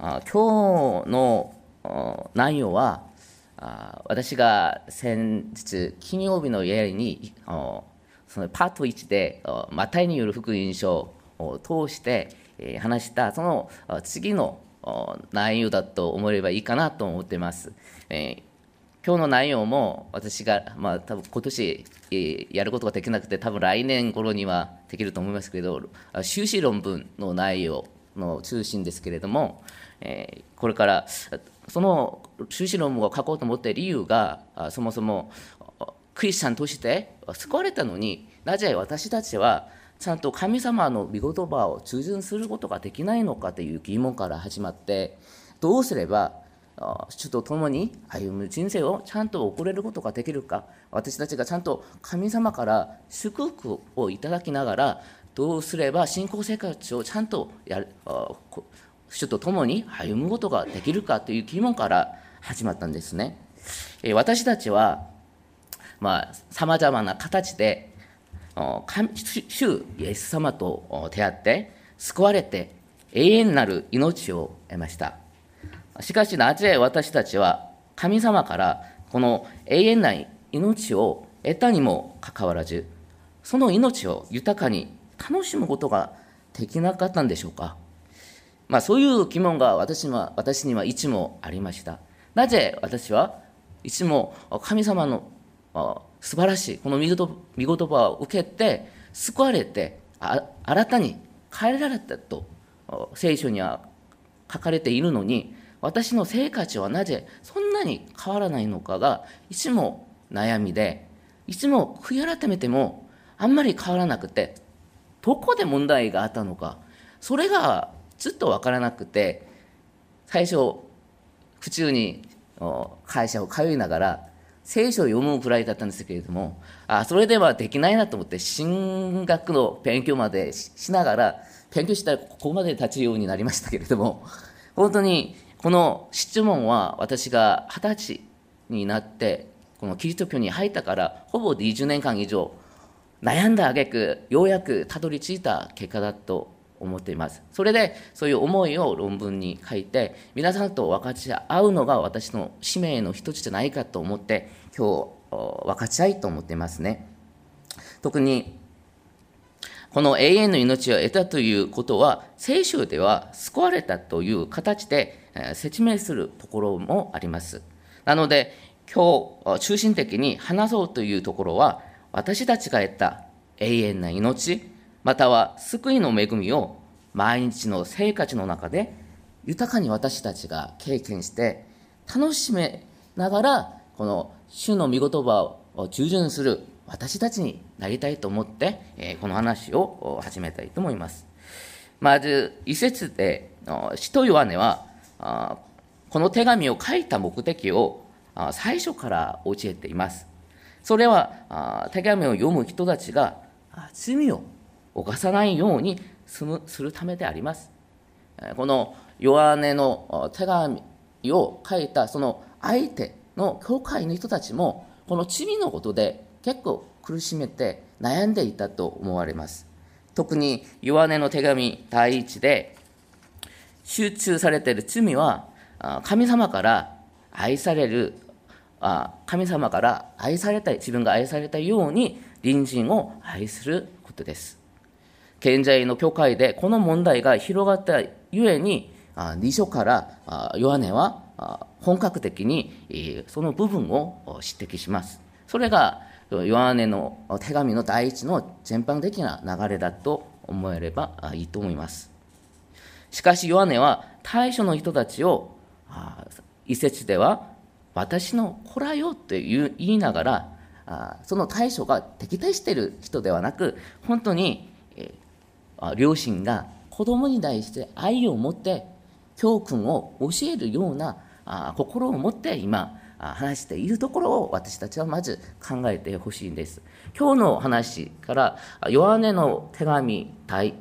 今日の内容は、私が先日金曜日の夜にそのパート1でマタイによる福音書を通して話したその次の内容だと思えばいいかなと思っています。今日の内容も私が、多分今年やることができなくて、多分来年頃にはできると思いますけれど、修士論文の内容の中心ですけれども、これからその修士論文を書こうと思った理由が、そもそもクリスチャンとして救われたのに、なぜ私たちはちゃんと神様の御言葉を従順することができないのかという疑問から始まって、どうすれば主と共に歩む人生をちゃんと送れることができるか、私たちがちゃんと神様から祝福をいただきながら、どうすれば信仰生活をちゃんと主と共に歩むことができるかという疑問から始まったんですね。私たちはさまざまな形で主イエス様と出会って救われて永遠なる命を得ました。しかしなぜ私たちは神様からこの永遠な命を得たにもかかわらず、その命を豊かに楽しむことができなかったんでしょうか。そういう疑問が私にはいつもありました。なぜ私はいつも神様の素晴らしいこの御言葉を受けて救われて新たに変えられたと聖書には書かれているのに、私の生活はなぜそんなに変わらないのかがいつも悩みで、いつも悔い改めてもあんまり変わらなくて、どこで問題があったのか、それがずっと分からなくて、最初普通に会社を通いながら聖書を読むくらいだったんですけれども、それではできないなと思って神学の勉強まで しながら勉強したらここまで立つようになりましたけれども、本当にこの質問は私が20歳になってこのキリスト教に入ったからほぼ20年間以上悩んだ挙句、ようやくたどり着いた結果だと思っています。それでそういう思いを論文に書いて皆さんと分かち合うのが私の使命の一つじゃないかと思って今日分かち合いと思っていますね。特にこの永遠の命を得たということは聖書では救われたという形で説明するところもあります。なので今日中心的に話そうというところは、私たちが得た永遠な命または救いの恵みを毎日の生活の中で豊かに私たちが経験して楽しめながら、この主の御言葉を従順する私たちになりたいと思ってこの話を始めたいと思います。まず一節で使徒ヨハネはこの手紙を書いた目的を最初から教えています。それは手紙を読む人たちが罪を犯さないようにするためであります。このヨハネの手紙を書いたその相手の教会の人たちもこの罪のことで結構苦しめて悩んでいたと思われます。特にヨハネの手紙第一で集中されている罪は神様から愛される神様から愛されたい、自分が愛されたように隣人を愛することです。現在の教会でこの問題が広がったゆえに2章からヨハネは本格的にその部分を指摘します。それがヨハネの手紙の第一の全般的な流れだと思えればいいと思います。しかしヨハネは大諸の人たちを一節では私の子らよと言いながら、その対処が敵対している人ではなく、本当に両親が子供に対して愛を持って教訓を教えるような心を持って今話しているところを私たちはまず考えてほしいんです。今日の話からヨハネの手紙第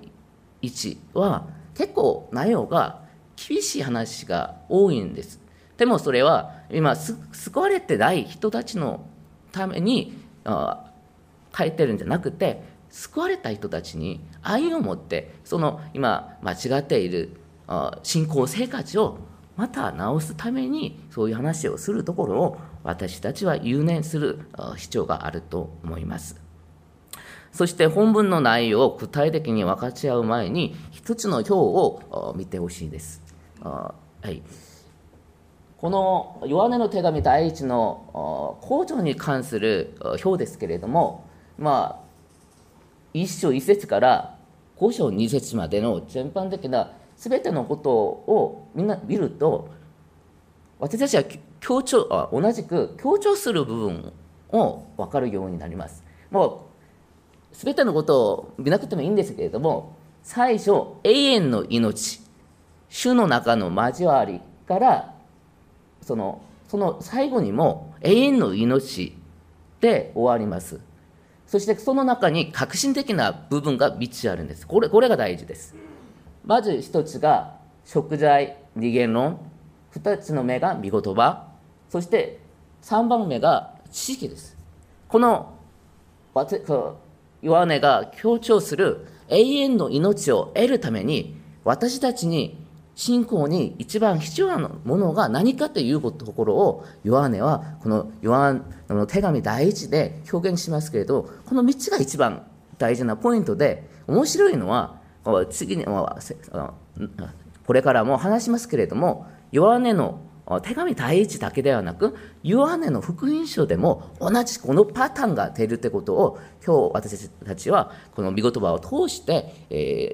1は結構内容が厳しい話が多いんです。でもそれは今救われてない人たちのために書いてるんじゃなくて、救われた人たちに愛を持ってその今間違っている信仰生活をまた直すためにそういう話をするところを私たちは優先する必要があると思います。そして本文の内容を具体的に分かち合う前に一つの表を見てほしいです。はい、このヨハネの手紙第一の工場に関する表ですけれども、1章1節から5章2節までの全般的な全てのことをみんな見ると、私たちは同じく強調する部分を分かるようになります。もう全てのことを見なくてもいいんですけれども、最初永遠の命、主の中の交わりからその最後にも永遠の命で終わります。そしてその中に革新的な部分が3つあるんです。これが大事です。まず1つが贖罪二元論、2つの目が御言葉、そして3番目が知識です。このヨハネが強調する永遠の命を得るために、私たちに信仰に一番必要なものが何かというところをヨハネはこのヨハネの手紙第一で表現しますけれど、この3つが一番大事なポイントで、面白いのは次にこれからも話しますけれども、ヨハネの手紙第一だけではなく、ヨハネの福音書でも同じこのパターンが出るということを今日私たちはこの御言葉を通して、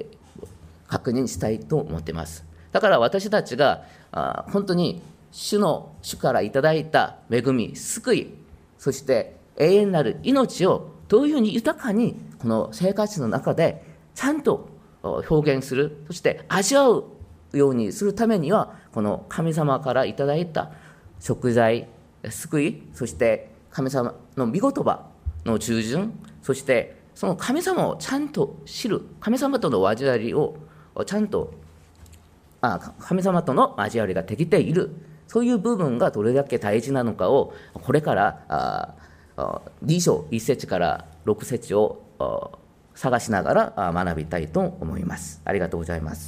確認したいと思っています。だから私たちが本当に主からいただいた恵み、救い、そして永遠なる命をどういうふうに豊かにこの生活の中でちゃんと表現する、そして味わうようにするためには、この神様からいただいた贖罪、救い、そして神様の御言葉の従順、そしてその神様をちゃんと知る、神様との交わりをちゃんと神様との交わりができている、そういう部分がどれだけ大事なのかをこれから2章1節から6節を探しながら学びたいと思います。ありがとうございます。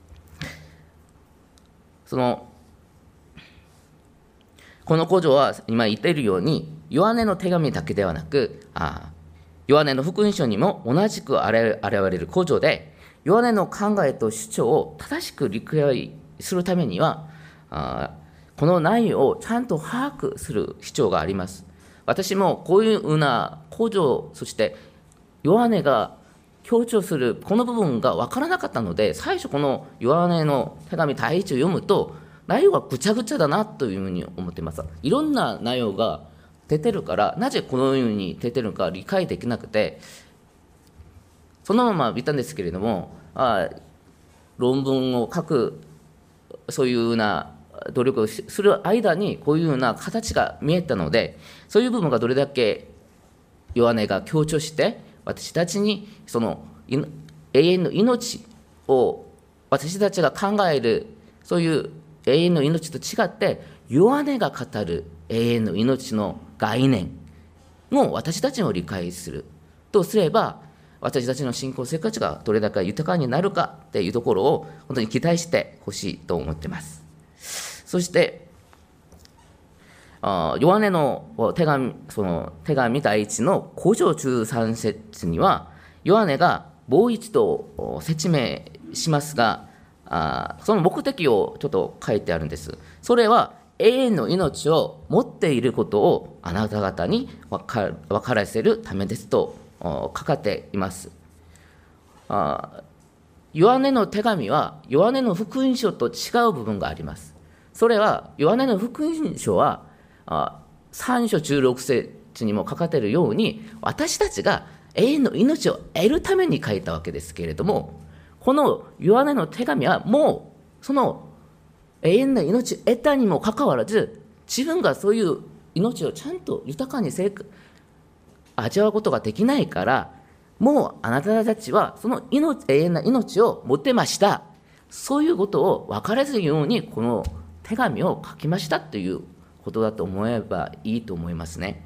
この古条は今言っているように、ヨハネの手紙だけではなく、ヨハネの福音書にも同じく現れる古条で、ヨハネの考えと主張を正しく理解するためには、この内容をちゃんと把握する必要があります。私もこういうふうな古条、そしてヨハネが強調するこの部分が分からなかったので、最初このヨハネの手紙第一を読むと内容がぐちゃぐちゃだなというふうに思っています。いろんな内容が出てるから、なぜこのように出てるのか理解できなくて、そのまま見たんですけれども、論文を書く、そういうような努力をする間にこういうような形が見えたので、そういう部分がどれだけヨハネが強調して私たちにその永遠の命を、私たちが考えるそういう永遠の命と違って、ヨハネが語る永遠の命の概念も私たちも理解するとすれば、私たちの信仰生活がどれだけ豊かになるかっていうところを本当に期待してほしいと思っています。そしてヨハネの手紙第一の5章13節には、ヨハネがもう一度説明しますが、その目的をちょっと書いてあるんです。それは永遠の命を持っていることをあなた方に分からせるためですと書かれています。ヨハネの手紙はヨハネの福音書と違う部分があります。それはヨハネの福音書は3章16節にも書かれているように、私たちが永遠の命を得るために書いたわけですけれども、このヨハネの手紙はもうその永遠な命を得たにもかかわらず、自分がそういう命をちゃんと豊かに味わうことができないから、もうあなたたちはその永遠な命を持ってました、そういうことを分からずようにこの手紙を書きましたということだと思えばいいと思いますね。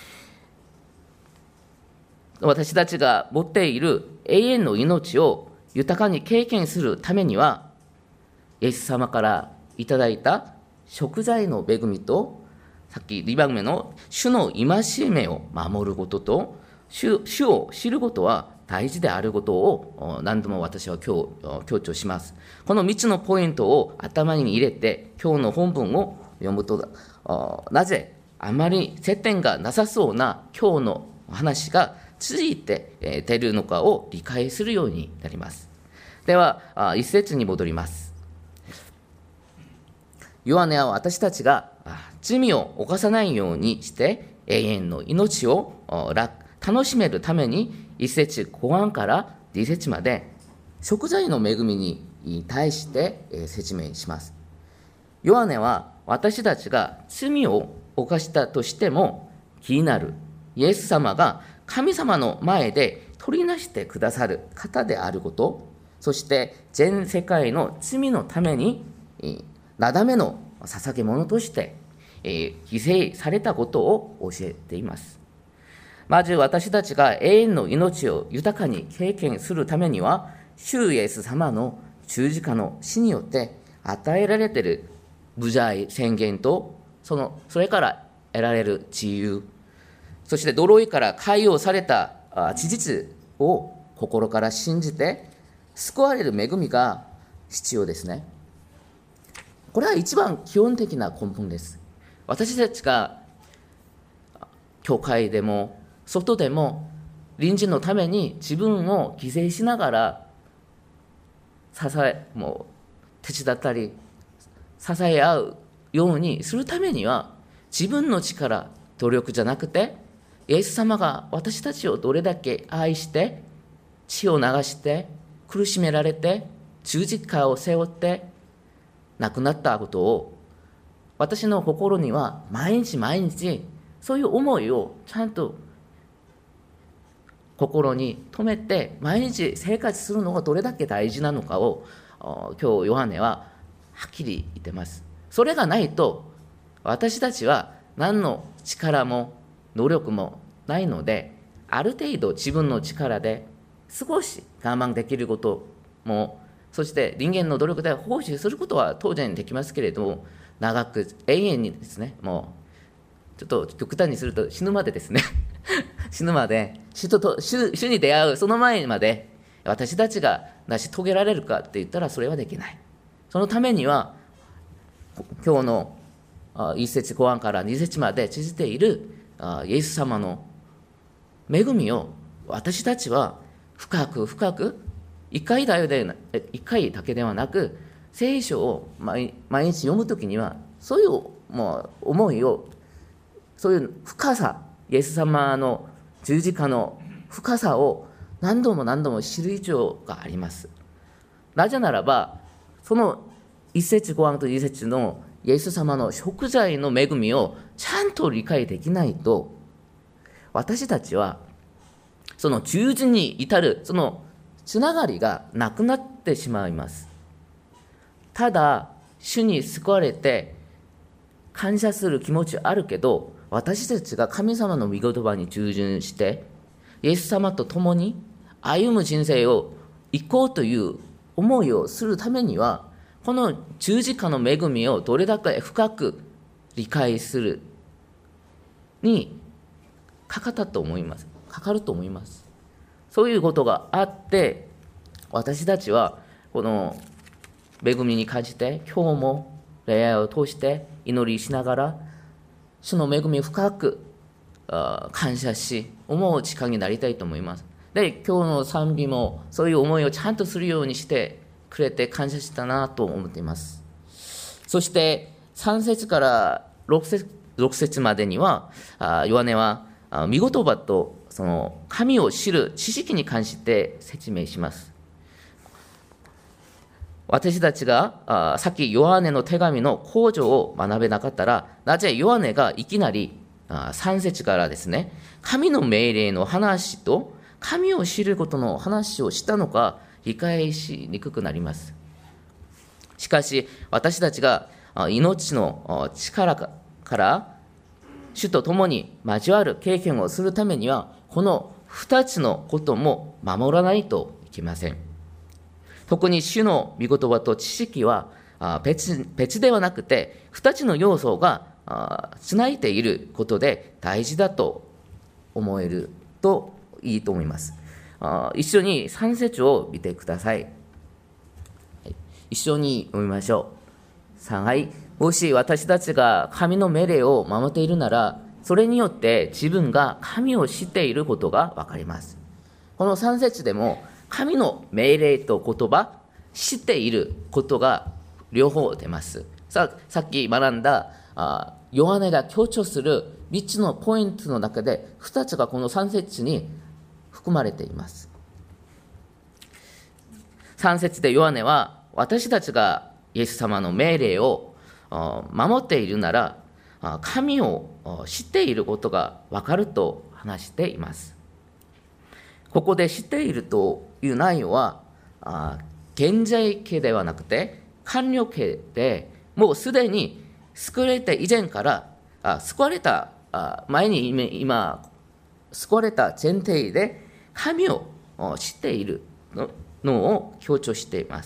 私たちが持っている永遠の命を豊かに経験するためには、イエス様からいただいた贖罪の恵みと、さっき2番目の主の戒めを守ることと、主を知ることは大事であることを何度も私は強調します。この3つのポイントを頭に入れて今日の本文を読むと、なぜあまり接点がなさそうな今日の話が続いて出るのかを理解するようになります。では一節に戻ります。ヨハネは私たちが罪を犯さないようにして永遠の命を楽しめるために1節後半から2節まで贖罪の恵みに対して説明します。ヨハネは私たちが罪を犯したとしても気になるイエス様が神様の前で取りなしてくださる方であること、そして全世界の罪のためになだめの捧げ物として犠牲されたことを教えています。まず私たちが永遠の命を豊かに経験するためには、主イエス様の十字架の死によって与えられている無罪宣言と、それから得られる自由、そして呪いから解放された事実を心から信じて救われる恵みが必要ですね。これは一番基本的な根本です。私たちが教会でも外でも隣人のために自分を犠牲しながらもう手伝ったり支え合うようにするためには、自分の力、努力じゃなくて、イエス様が私たちをどれだけ愛して血を流して苦しめられて十字架を背負って亡くなったことを、私の心には毎日毎日そういう思いをちゃんと心に留めて毎日生活するのがどれだけ大事なのかを今日ヨハネははっきり言ってます。それがないと私たちは何の力も努力もないので、ある程度自分の力で少し我慢できることも、そして人間の努力で奉仕することは当然できますけれども、長く永遠にですね、もうちょっと極端にすると死ぬまでですね死ぬまで主に出会うその前まで私たちが成し遂げられるかって言ったらそれはできない。そのためには今日の1節後半から2節まで続いているイエス様の恵みを私たちは深く深く1回だけではなく、聖書を毎日読むときにはそういう思いを、そういう深さ、イエス様の十字架の深さを何度も何度も知る必要があります。なぜならば、その1節後半と2節のイエス様の贖罪の恵みをちゃんと理解できないと、私たちはその十字に至るそのつながりがなくなってしまいます。ただ主に救われて感謝する気持ちあるけど、私たちが神様の御言葉に従順してイエス様と共に歩む人生を行こうという思いをするためには、この十字架の恵みをどれだけ深く理解するにかかると思います。そういうことがあって、私たちはこの恵みに感じて、今日も礼拝を通して祈りしながら主の恵みを深く感謝し思う時間になりたいと思います。で、今日の賛美もそういう思いをちゃんとするようにしてくれて感謝したなと思っています。そして3節から6節までにはヨハネは御言葉とその神を知る知識に関して説明します。私たちがさっきヨハネの手紙の口上を学べなかったら、なぜヨハネがいきなり3節からですね、神の命令の話と神を知ることの話をしたのか理解しにくくなります。しかし私たちが命の力から主と共に交わる経験をするためには、この2つのことも守らないといけません。 特に主の御言葉と知識は別ではなくて、2つの要素がつないでいることで大事だと思えるといいと思います。一緒に3節を見てください。一緒に読みましょう。3、はい。もし私たちが神の命令を守っているなら、それによって自分が神を知っていることがわかります。この3節でも、神の命令と言葉、知っていることが両方出ます。さっき学んだヨハネが強調する3つのポイントの中で、2つがこの3節に含まれています。3節でヨハネは、私たちがイエス様の命令を守っているなら、神を知っていることがわかると話しています。ここで知っているという内容は、現在形ではなくて完了形で、もうすでに救われた以前から、救われた前に今救われた前提で神を知っているのを強調しています。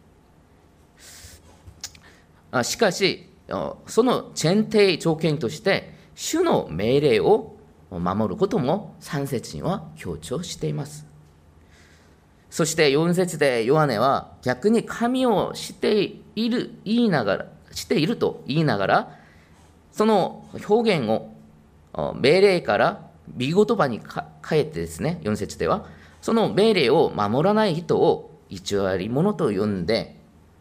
しかしその前提条件として主の命令を守ることも3節には強調しています。そして4節でヨハネは逆に神を知っていると言いながら、その表現を命令から御言葉に変えてですね、4節ではその命令を守らない人を偽り者と呼んで、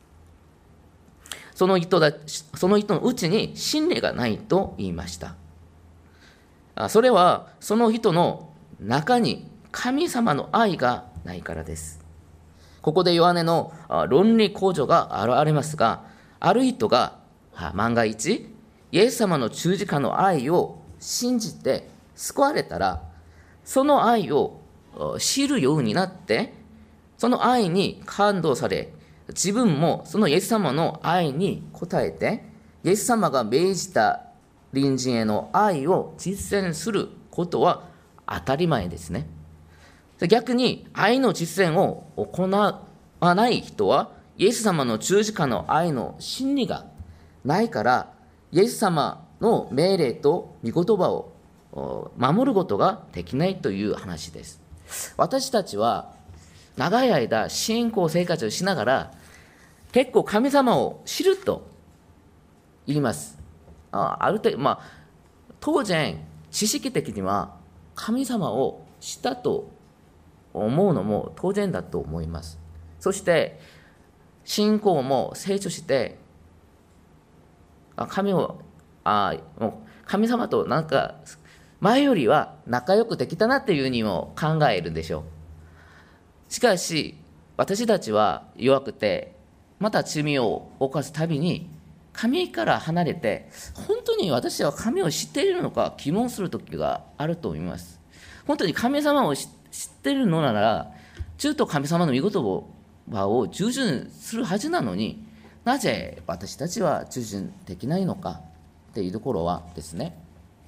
その人のうちに真理がないと言いました。それはその人の中に神様の愛がないからです。ここでヨハネの論理向上が現れますが、ある人が万が一イエス様の十字架の愛を信じて救われたら、その愛を知るようになって、その愛に感動され、自分もそのイエス様の愛に応えて、イエス様が命じた隣人への愛を実践することは当たり前ですね。逆に愛の実践を行わない人は、イエス様の十字架の愛の真理がないから、イエス様の命令と御言葉を守ることができないという話です。私たちは長い間信仰生活をしながら、結構神様を知ると言います。ある程度、当然知識的には神様を知ったと思うのも当然だと思います。そして信仰も成長して、神様となんか前よりは仲良くできたなっていうふうにも考えるでしょう。しかし私たちは弱くて、また罪を犯すたびに神から離れて、本当に私は神を知っているのか疑問する時があると思います。本当に神様を知っているのなら、ずっと神様の御言葉を従順するはずなのに、なぜ私たちは従順できないのかっていうところはですね、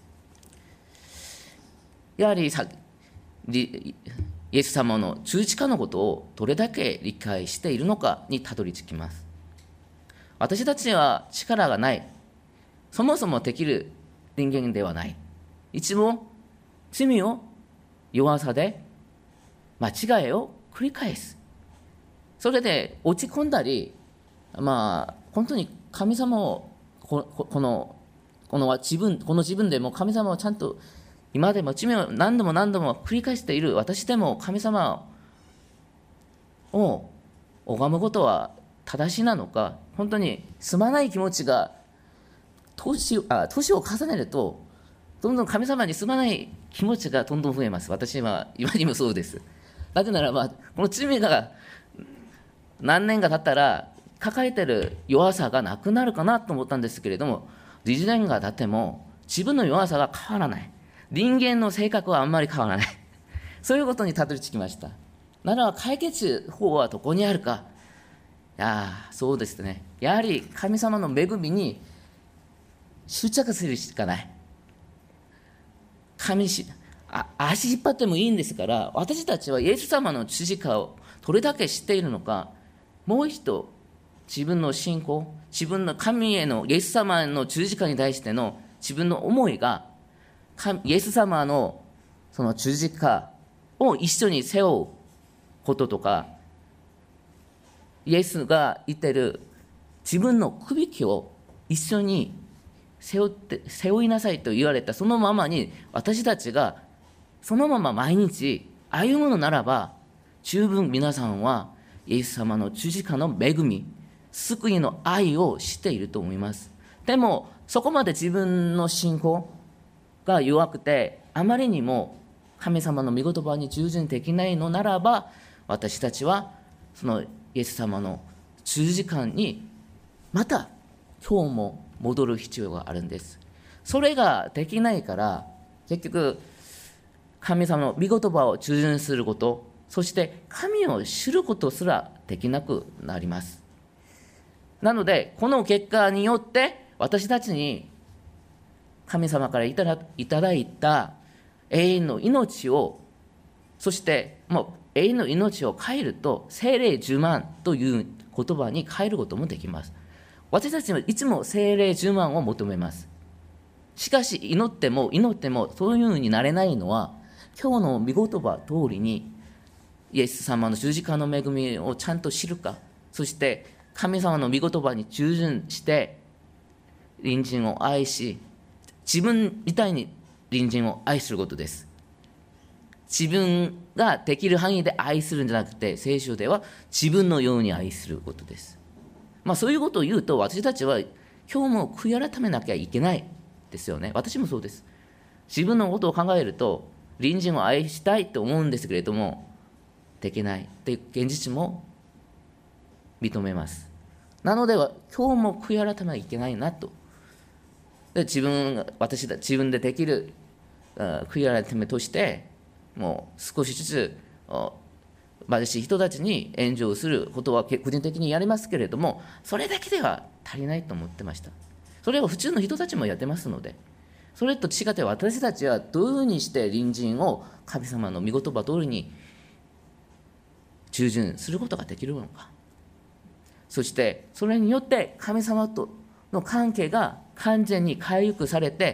やはりイエス様の十字架のことをどれだけ理解しているのかにたどり着きます。私たちは力がない、そもそもできる人間ではない。いつも罪を弱さで間違いを繰り返す。それで落ち込んだり、本当に神様をこの自分でも神様をちゃんと今でも罪を何度も繰り返している私でも、神様を拝むことは正しいなのか、本当にすまない気持ちが年を重ねると、どんどん神様にすまない気持ちがどんどん増えます。私は今にもそうです。なぜならこの罪が何年か経ったら抱えている弱さがなくなるかなと思ったんですけれども、10年が経っても自分の弱さが変わらない。人間の性格はあんまり変わらない。そういうことにたどり着きました。なら解決法はどこにあるか。そうですね。やはり神様の恵みに執着するしかない。足引っ張ってもいいんですから、私たちはイエス様の十字架をどれだけ知っているのか、 もう一度自分の信仰、自分の神へのイエス様の十字架に対しての自分の思いが、イエス様のその十字架を一緒に背負うこととか、イエスが言っている自分の首輝を一緒に背負いなさいと言われたそのままに、私たちがそのまま毎日歩むのならば、十分皆さんはイエス様の十字架の恵み、救いの愛を知っていると思います。でもそこまで自分の信仰が弱くて、あまりにも神様の御言葉に従順できないのならば、私たちはそのイエス様の十字架にまた今日も戻る必要があるんです。それができないから、結局神様の御言葉を従順すること、そして神を知ることすらできなくなります。なのでこの結果によって私たちに神様からいただいた永遠の命を、そしてもう永遠の命を変えると聖霊充満という言葉に変えることもできます。私たちはいつも聖霊充満を求めます。しかし祈ってもそういうふうになれないのは、今日の御言葉通りにイエス様の十字架の恵みをちゃんと知るか、そして神様の御言葉に従順して隣人を愛し、自分みたいに隣人を愛することです。自分ができる範囲で愛するんじゃなくて、聖書では自分のように愛することです。そういうことを言うと、私たちは今日も悔い改めなきゃいけないですよね。私もそうです。自分のことを考えると、隣人を愛したいと思うんですけれども、できないという現実も認めます。なので今日も悔い改めなきゃいけないなと。で自分でできる悔い改めとして、もう少しずつ貧しい人たちに援助をすることは個人的にやりますけれども、それだけでは足りないと思ってました。それを普通の人たちもやってますので、それと違って私たちはどういうふうにして隣人を神様の御言葉通りに従順することができるのか、そしてそれによって神様との関係が完全に回復されて、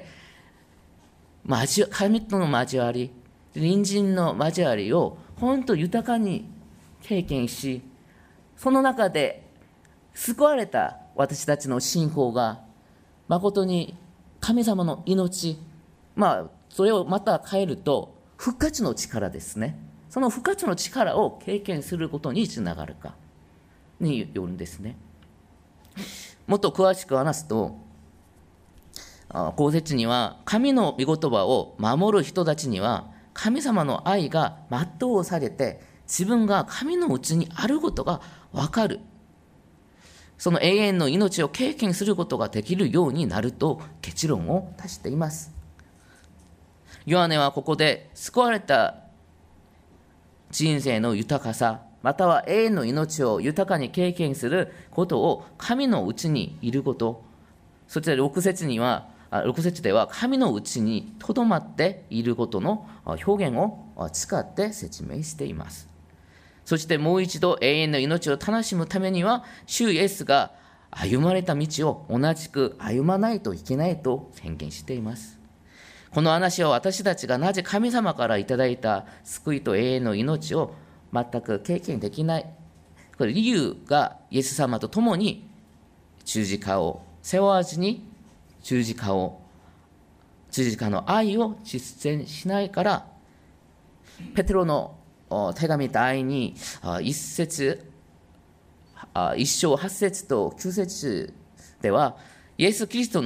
神との交わり、隣人の交わりを本当豊かに経験し、その中で救われた私たちの信仰が誠に神様の命、それをまた変えると復活の力ですね。その復活の力を経験することにつながるかによるんですね。もっと詳しく話すと、後節には神の御言葉を守る人たちには神様の愛が全うされて、自分が神のうちにあることが分かる、その永遠の命を経験することができるようになると結論を出しています。ヨハネはここで救われた人生の豊かさ、または永遠の命を豊かに経験することを神のうちにいること、そして6節では神のうちにとどまっていることの表現を使って説明しています。そしてもう一度永遠の命を楽しむためには、主イエスが歩まれた道を同じく歩まないといけないと宣言しています。この話は私たちがなぜ神様からいただいた救いと永遠の命を全く経験できない、これ理由がイエス様と共に十字架を背負わずに十字架の愛を実践しないから、ペテロの手紙第2、1章8節と9節では、イエス・キリスト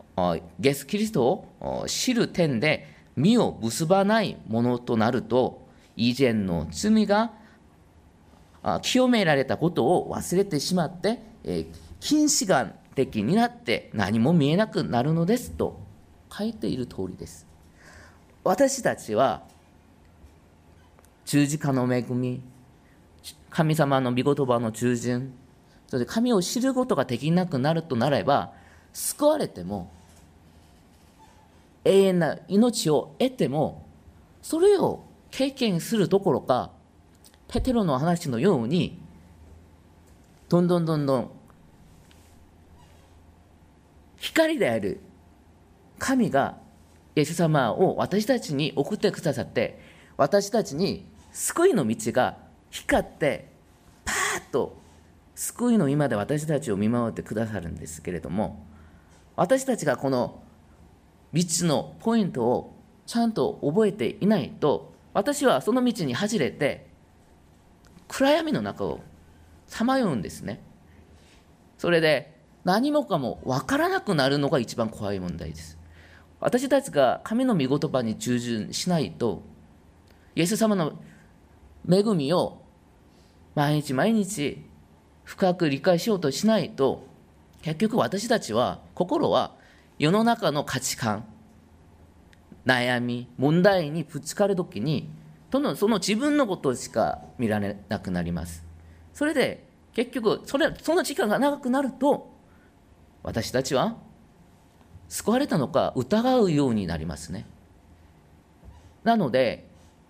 を知る点で実を結ばないものとなると、以前の罪が清められたことを忘れてしまって、近視眼的になって何も見えなくなるのですと書いている通りです。私たちは十字架の恵み、神様の御言葉の従順、そして神を知ることができなくなるとなれば、救われても永遠な命を得ても、それを経験するどころか、ペテロの話のようにどんどん光である神がイエス様を私たちに送ってくださって、私たちに救いの道が光ってパーッと救いの今で私たちを見守ってくださるんですけれども、私たちがこの道のポイントをちゃんと覚えていないと、私はその道に外れて暗闇の中をさまようんですね。それで何もかも分からなくなるのが一番怖い問題です。私たちが神の御言葉に従順しないと、イエス様の恵みを毎日毎日深く理解しようとしないと、結局私たちは、心は世の中の価値観、悩み、問題にぶつかるときに、その自分のことしか見られなくなります。それで結局その時間が長くなると、私たちは救われたのか疑うようになりますね。なので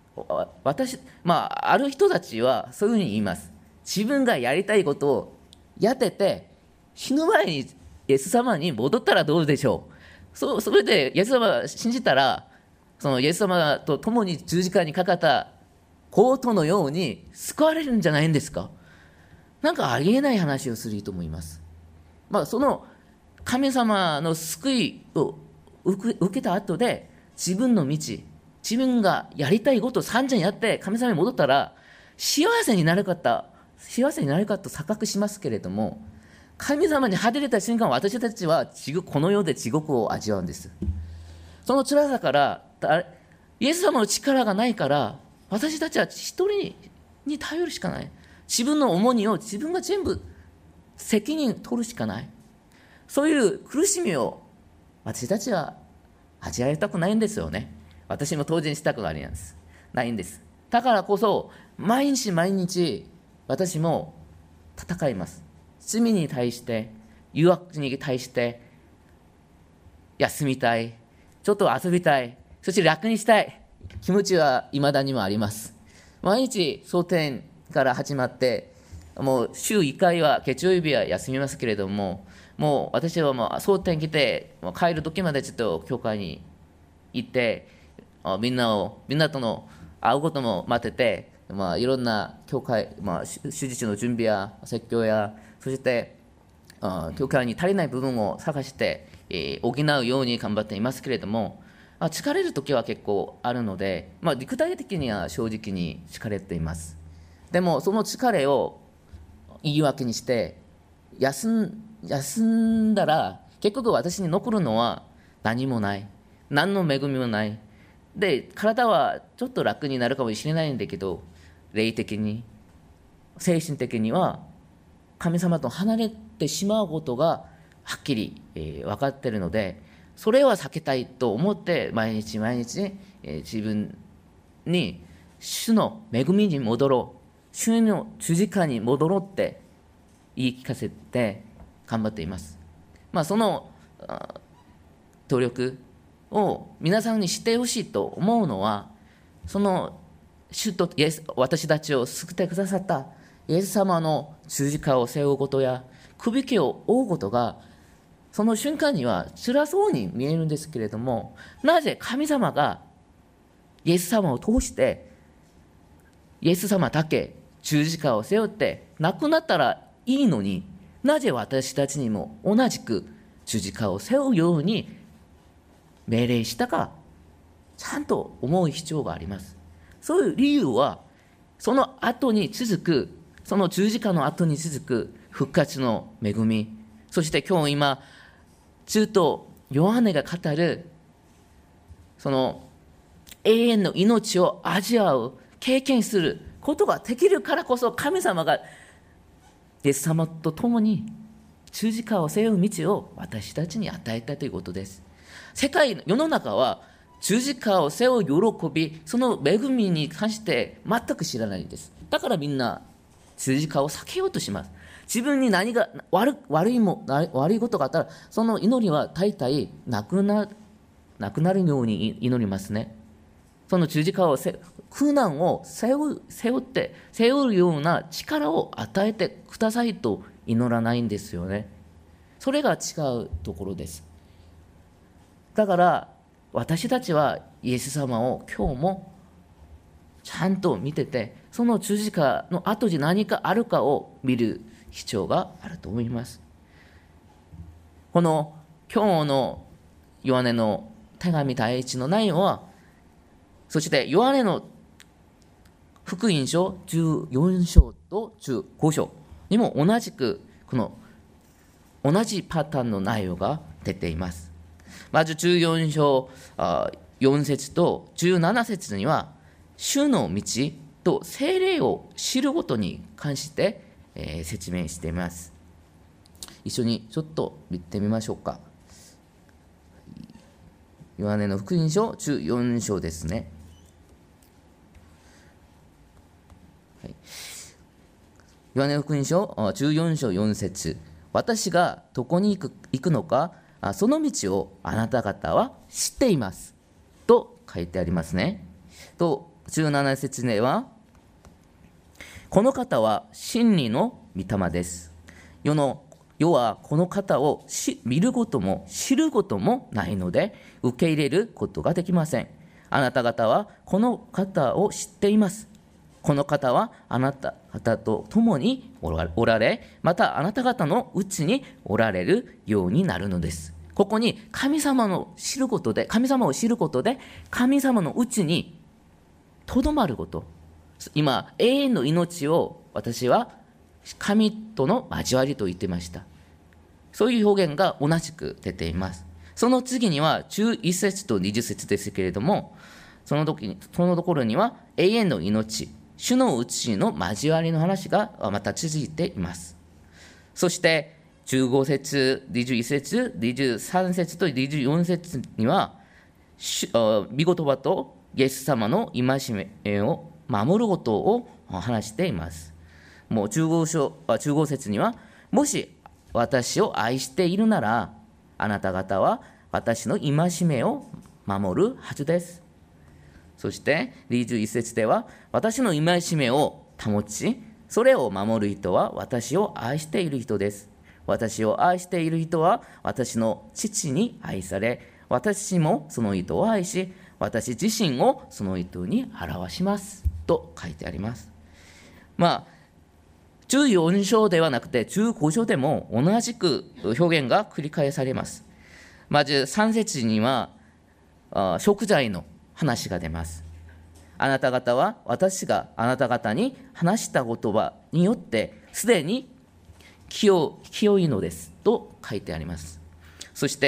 ある人たちはそういうふうに言います。自分がやりたいことをやってて、死ぬ前にイエス様に戻ったらどうでしょう。それでイエス様を信じたら、そのイエス様と共に十字架にかかったコートのように救われるんじゃないんですか。なんかありえない話をすると思います。その神様の救いを受けた後で、自分の道、自分がやりたいことを散々やって神様に戻ったら幸せになるかと錯覚しますけれども、神様に外れた瞬間、私たちはこの世で地獄を味わうんです。その辛さから、イエス様の力がないから、私たちは一人に頼るしかない。自分の重荷を自分が全部責任取るしかない。そういう苦しみを私たちは味わいたくないんですよね。私も当然したくないんです。だからこそ毎日毎日私も戦います。罪に対して、誘惑に対して、休みたい、ちょっと遊びたい、そして楽にしたい気持ちは未だにもあります。毎日蒼天から始まって、もう週1回は月曜日は休みますけれども、もう私は蒼天来て帰る時までちょっと教会に行って、みんなとの会うことも待ってて、いろんな教会、手術の準備や説教や、そして教会に足りない部分を探して、補うように頑張っていますけれども、疲れる時は結構あるので、具体的には正直に疲れています。でもその疲れを言い訳にして休んだら、結局私に残るのは何もない、何の恵みもない。で、体はちょっと楽になるかもしれないんだけど、霊的に、精神的には神様と離れてしまうことがはっきり、分かっているので、それは避けたいと思って毎日毎日、自分に主の恵みに戻ろう、主の十字架に戻ろうって言い聞かせて頑張っています。その努力を皆さんにしてほしいと思うのは、その主と私たちを救ってくださったイエス様の十字架を背負うことや首輝を負うことが、その瞬間には辛そうに見えるんですけれども、なぜ神様がイエス様を通してイエス様だけ十字架を背負って亡くなったらいいのに、なぜ私たちにも同じく十字架を背負うように命令したか、ちゃんと思う必要があります。そういう理由は、その後に続く、その十字架の後に続く復活の恵み、そして今ずっとヨハネが語るその永遠の命を味わう、経験することができるからこそ、神様がイエス様と共に十字架を背負う道を私たちに与えたということです。世の中は十字架を背負う喜び、その恵みに関して全く知らないんです。だからみんな十字架を避けようとします。自分に何が悪いことがあったら、その祈りは大体なくなるように祈りますね。その十字架を背苦難を背負うような力を与えてくださいと祈らないんですよね。それが違うところです。だから私たちはイエス様を今日もちゃんと見てて、その十字架の後に何かあるかを見る必要があると思います。この今日のヨハネの手紙第一の内容は、そしてヨハネの福音書14章と15章にも同じく同じパターンの内容が出ています。まず14章4節と17節には、主の道と聖霊を知ることに関して、説明しています。一緒にちょっと見てみましょうか。ヨハネの福音書14章ですね。ヨハネの福音書14章4節、私がどこに行くのか、その道をあなた方は知っていますと書いてありますね。と17節では、この方は真理の御霊です。世はこの方を見ることも知ることもないので受け入れることができません。あなた方はこの方を知っています。この方はあなた方と共におられ、またあなた方のうちにおられるようになるのです。ここに神様を知ることで、神様のうちにとどまること。今、永遠の命を私は神との交わりと言っていました。そういう表現が同じく出ています。その次には11節と20節ですけれども、そのところには永遠の命、主のうちの交わりの話がまた続いています。そして15節、21節、23節と24節には、御言葉とイエス様の戒めを守ることを話しています。もう15節には、もし私を愛しているなら、あなた方は私の戒めを守るはずです。そして21節では、私の戒めを保ち、それを守る人は私を愛している人です。私を愛している人は私の父に愛され、私もその人を愛し、私自身をその人に表しますと書いてあります。14章ではなくて15章でも同じく表現が繰り返されます。まず3節には贖罪の話が出ます。あなた方は私があなた方に話した言葉によってすでに清いのですと書いてあります。そして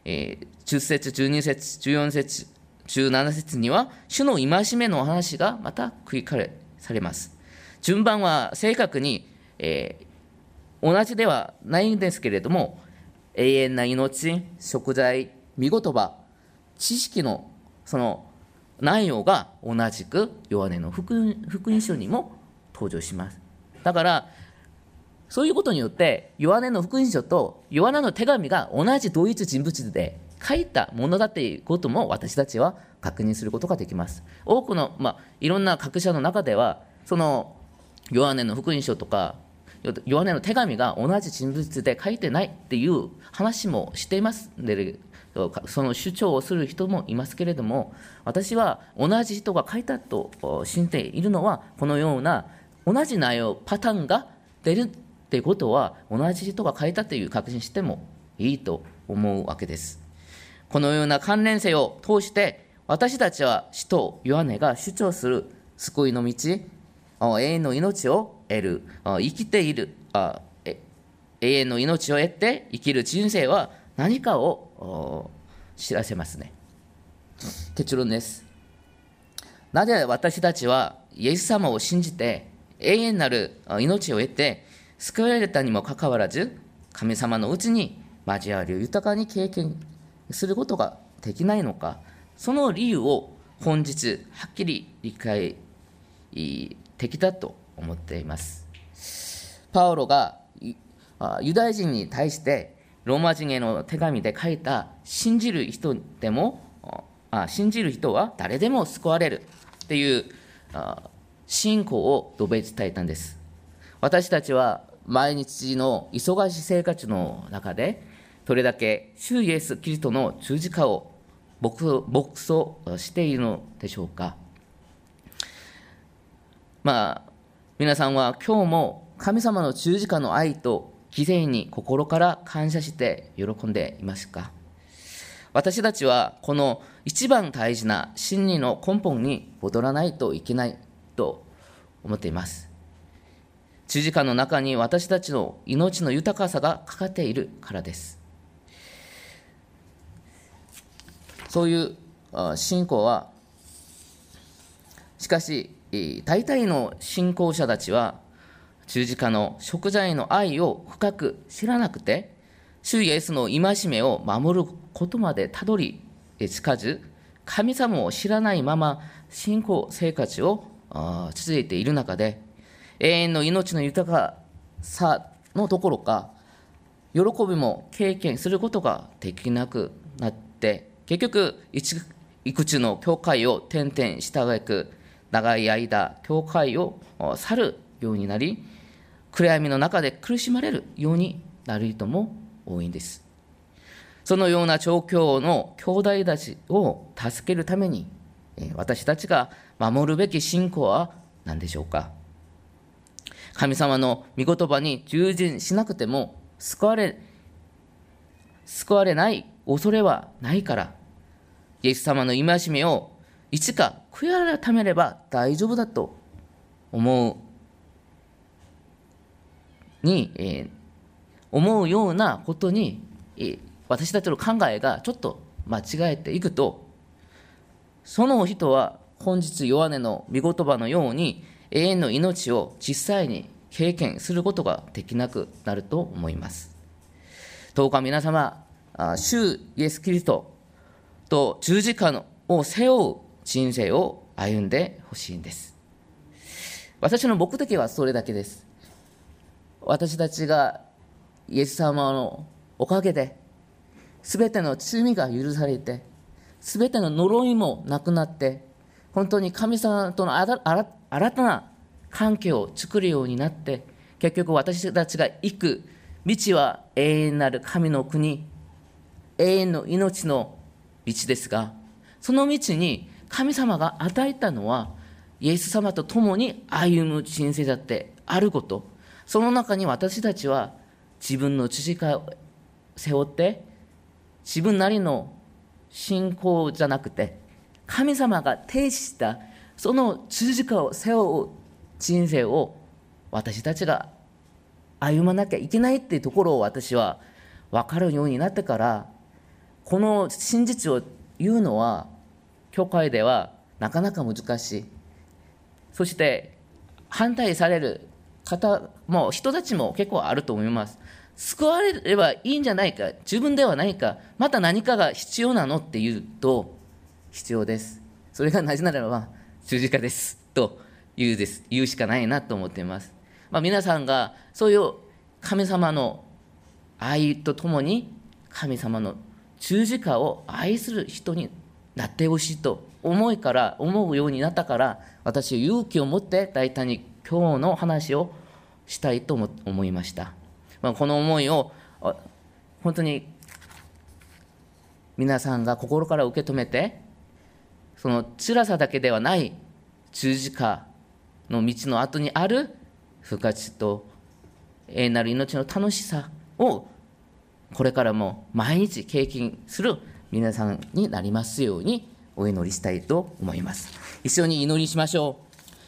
、10節、12節、14節、17節には主の戒めの話がまた繰り返されます。順番は正確に、同じではないんですけれども、永遠な命、贖罪、御言葉、知識のその内容が同じくヨハネの福音書にも登場します。だからそういうことによってヨハネの福音書とヨハネの手紙が同じ同一人物で書いたものだということも私たちは確認することができます。多くの、いろんな学者の中ではそのヨハネの福音書とかヨハネの手紙が同じ人物で書いてないっていう話もしていますで、その主張をする人もいますけれども、私は同じ人が書いたと信じているのは、このような同じ内容パターンが出るっていうことは同じ人が書いたという確認してもいいと思うわけです。このような関連性を通して私たちは使徒ヨハネが主張する救いの道、永遠の命を得る、生きている永遠の命を得て生きる人生は何かを知らせますね。結論です。なぜ私たちはイエス様を信じて永遠なる命を得て救われたにもかかわらず、神様のうちに交わりを豊かに経験することができないのか、その理由を本日はっきり理解できたと思っています。パウロがユダヤ人に対してローマ人への手紙で書いた信じる人は誰でも救われるっていう信仰を述べ伝えたんです。私たちは毎日の忙しい生活の中で、どれだけ主イエス・キリストの十字架を牧走しているのでしょうか。皆さんは今日も神様の十字架の愛と犠牲に心から感謝して喜んでいますか。私たちはこの一番大事な真理の根本に戻らないといけないと思っています。十字架の中に私たちの命の豊かさがかかっているからです。そういう信仰は、しかし大体の信仰者たちは十字架の贖罪の愛を深く知らなくて、主イエスの戒めを守ることまでたどり着かず、神様を知らないまま信仰生活を続いている中で、永遠の命の豊かさのどころか、喜びも経験することができなくなって、結局いくつの教会を転々した挙句、長い間教会を去るようになり、暗闇の中で苦しまれるようになる人も多いんです。そのような状況の兄弟たちを助けるために、私たちが守るべき信仰は何でしょうか。神様の御言葉に従順しなくても救われない恐れはないから、イエス様の戒めをいつか悔い改めれば大丈夫だと思うようなことに、私たちの考えがちょっと間違えていくと、その人は本日ヨハネの御言葉のように永遠の命を実際に経験することができなくなると思います。どうか皆様、主イエス・キリストと十字架を背負う人生を歩んでほしいんです。私の目的はそれだけです。私たちがイエス様のおかげで、すべての罪が許されて、すべての呪いもなくなって、本当に神様との新たな関係を作るようになって、結局私たちが行く道は永遠なる神の国、永遠の命の道ですが、その道に神様が与えたのは、イエス様と共に歩む人生だってあること、その中に私たちは自分の十字架を背負って、自分なりの信仰じゃなくて、神様が提示したその十字架を背負う人生を私たちが歩まなきゃいけないっていうところを私は分かるようになってから、この真実を言うのは教会ではなかなか難しい。そして反対される方も人たちも結構あると思います。救われればいいんじゃないか、自分ではないか、また何かが必要なのって言うと、必要です。それがなぜならば十字架ですと言うしかないなと思っています。皆さんがそういう神様の愛とともに神様の十字架を愛する人になってほしいと思うようになったから、私は勇気を持って大胆に今日の話をしたいと思いました。この思いを本当に皆さんが心から受け止めて、その辛さだけではない十字架の道の後にある復活と永遠なる命の楽しさをこれからも毎日経験する皆さんになりますようにお祈りしたいと思います。一緒に祈りしましょう。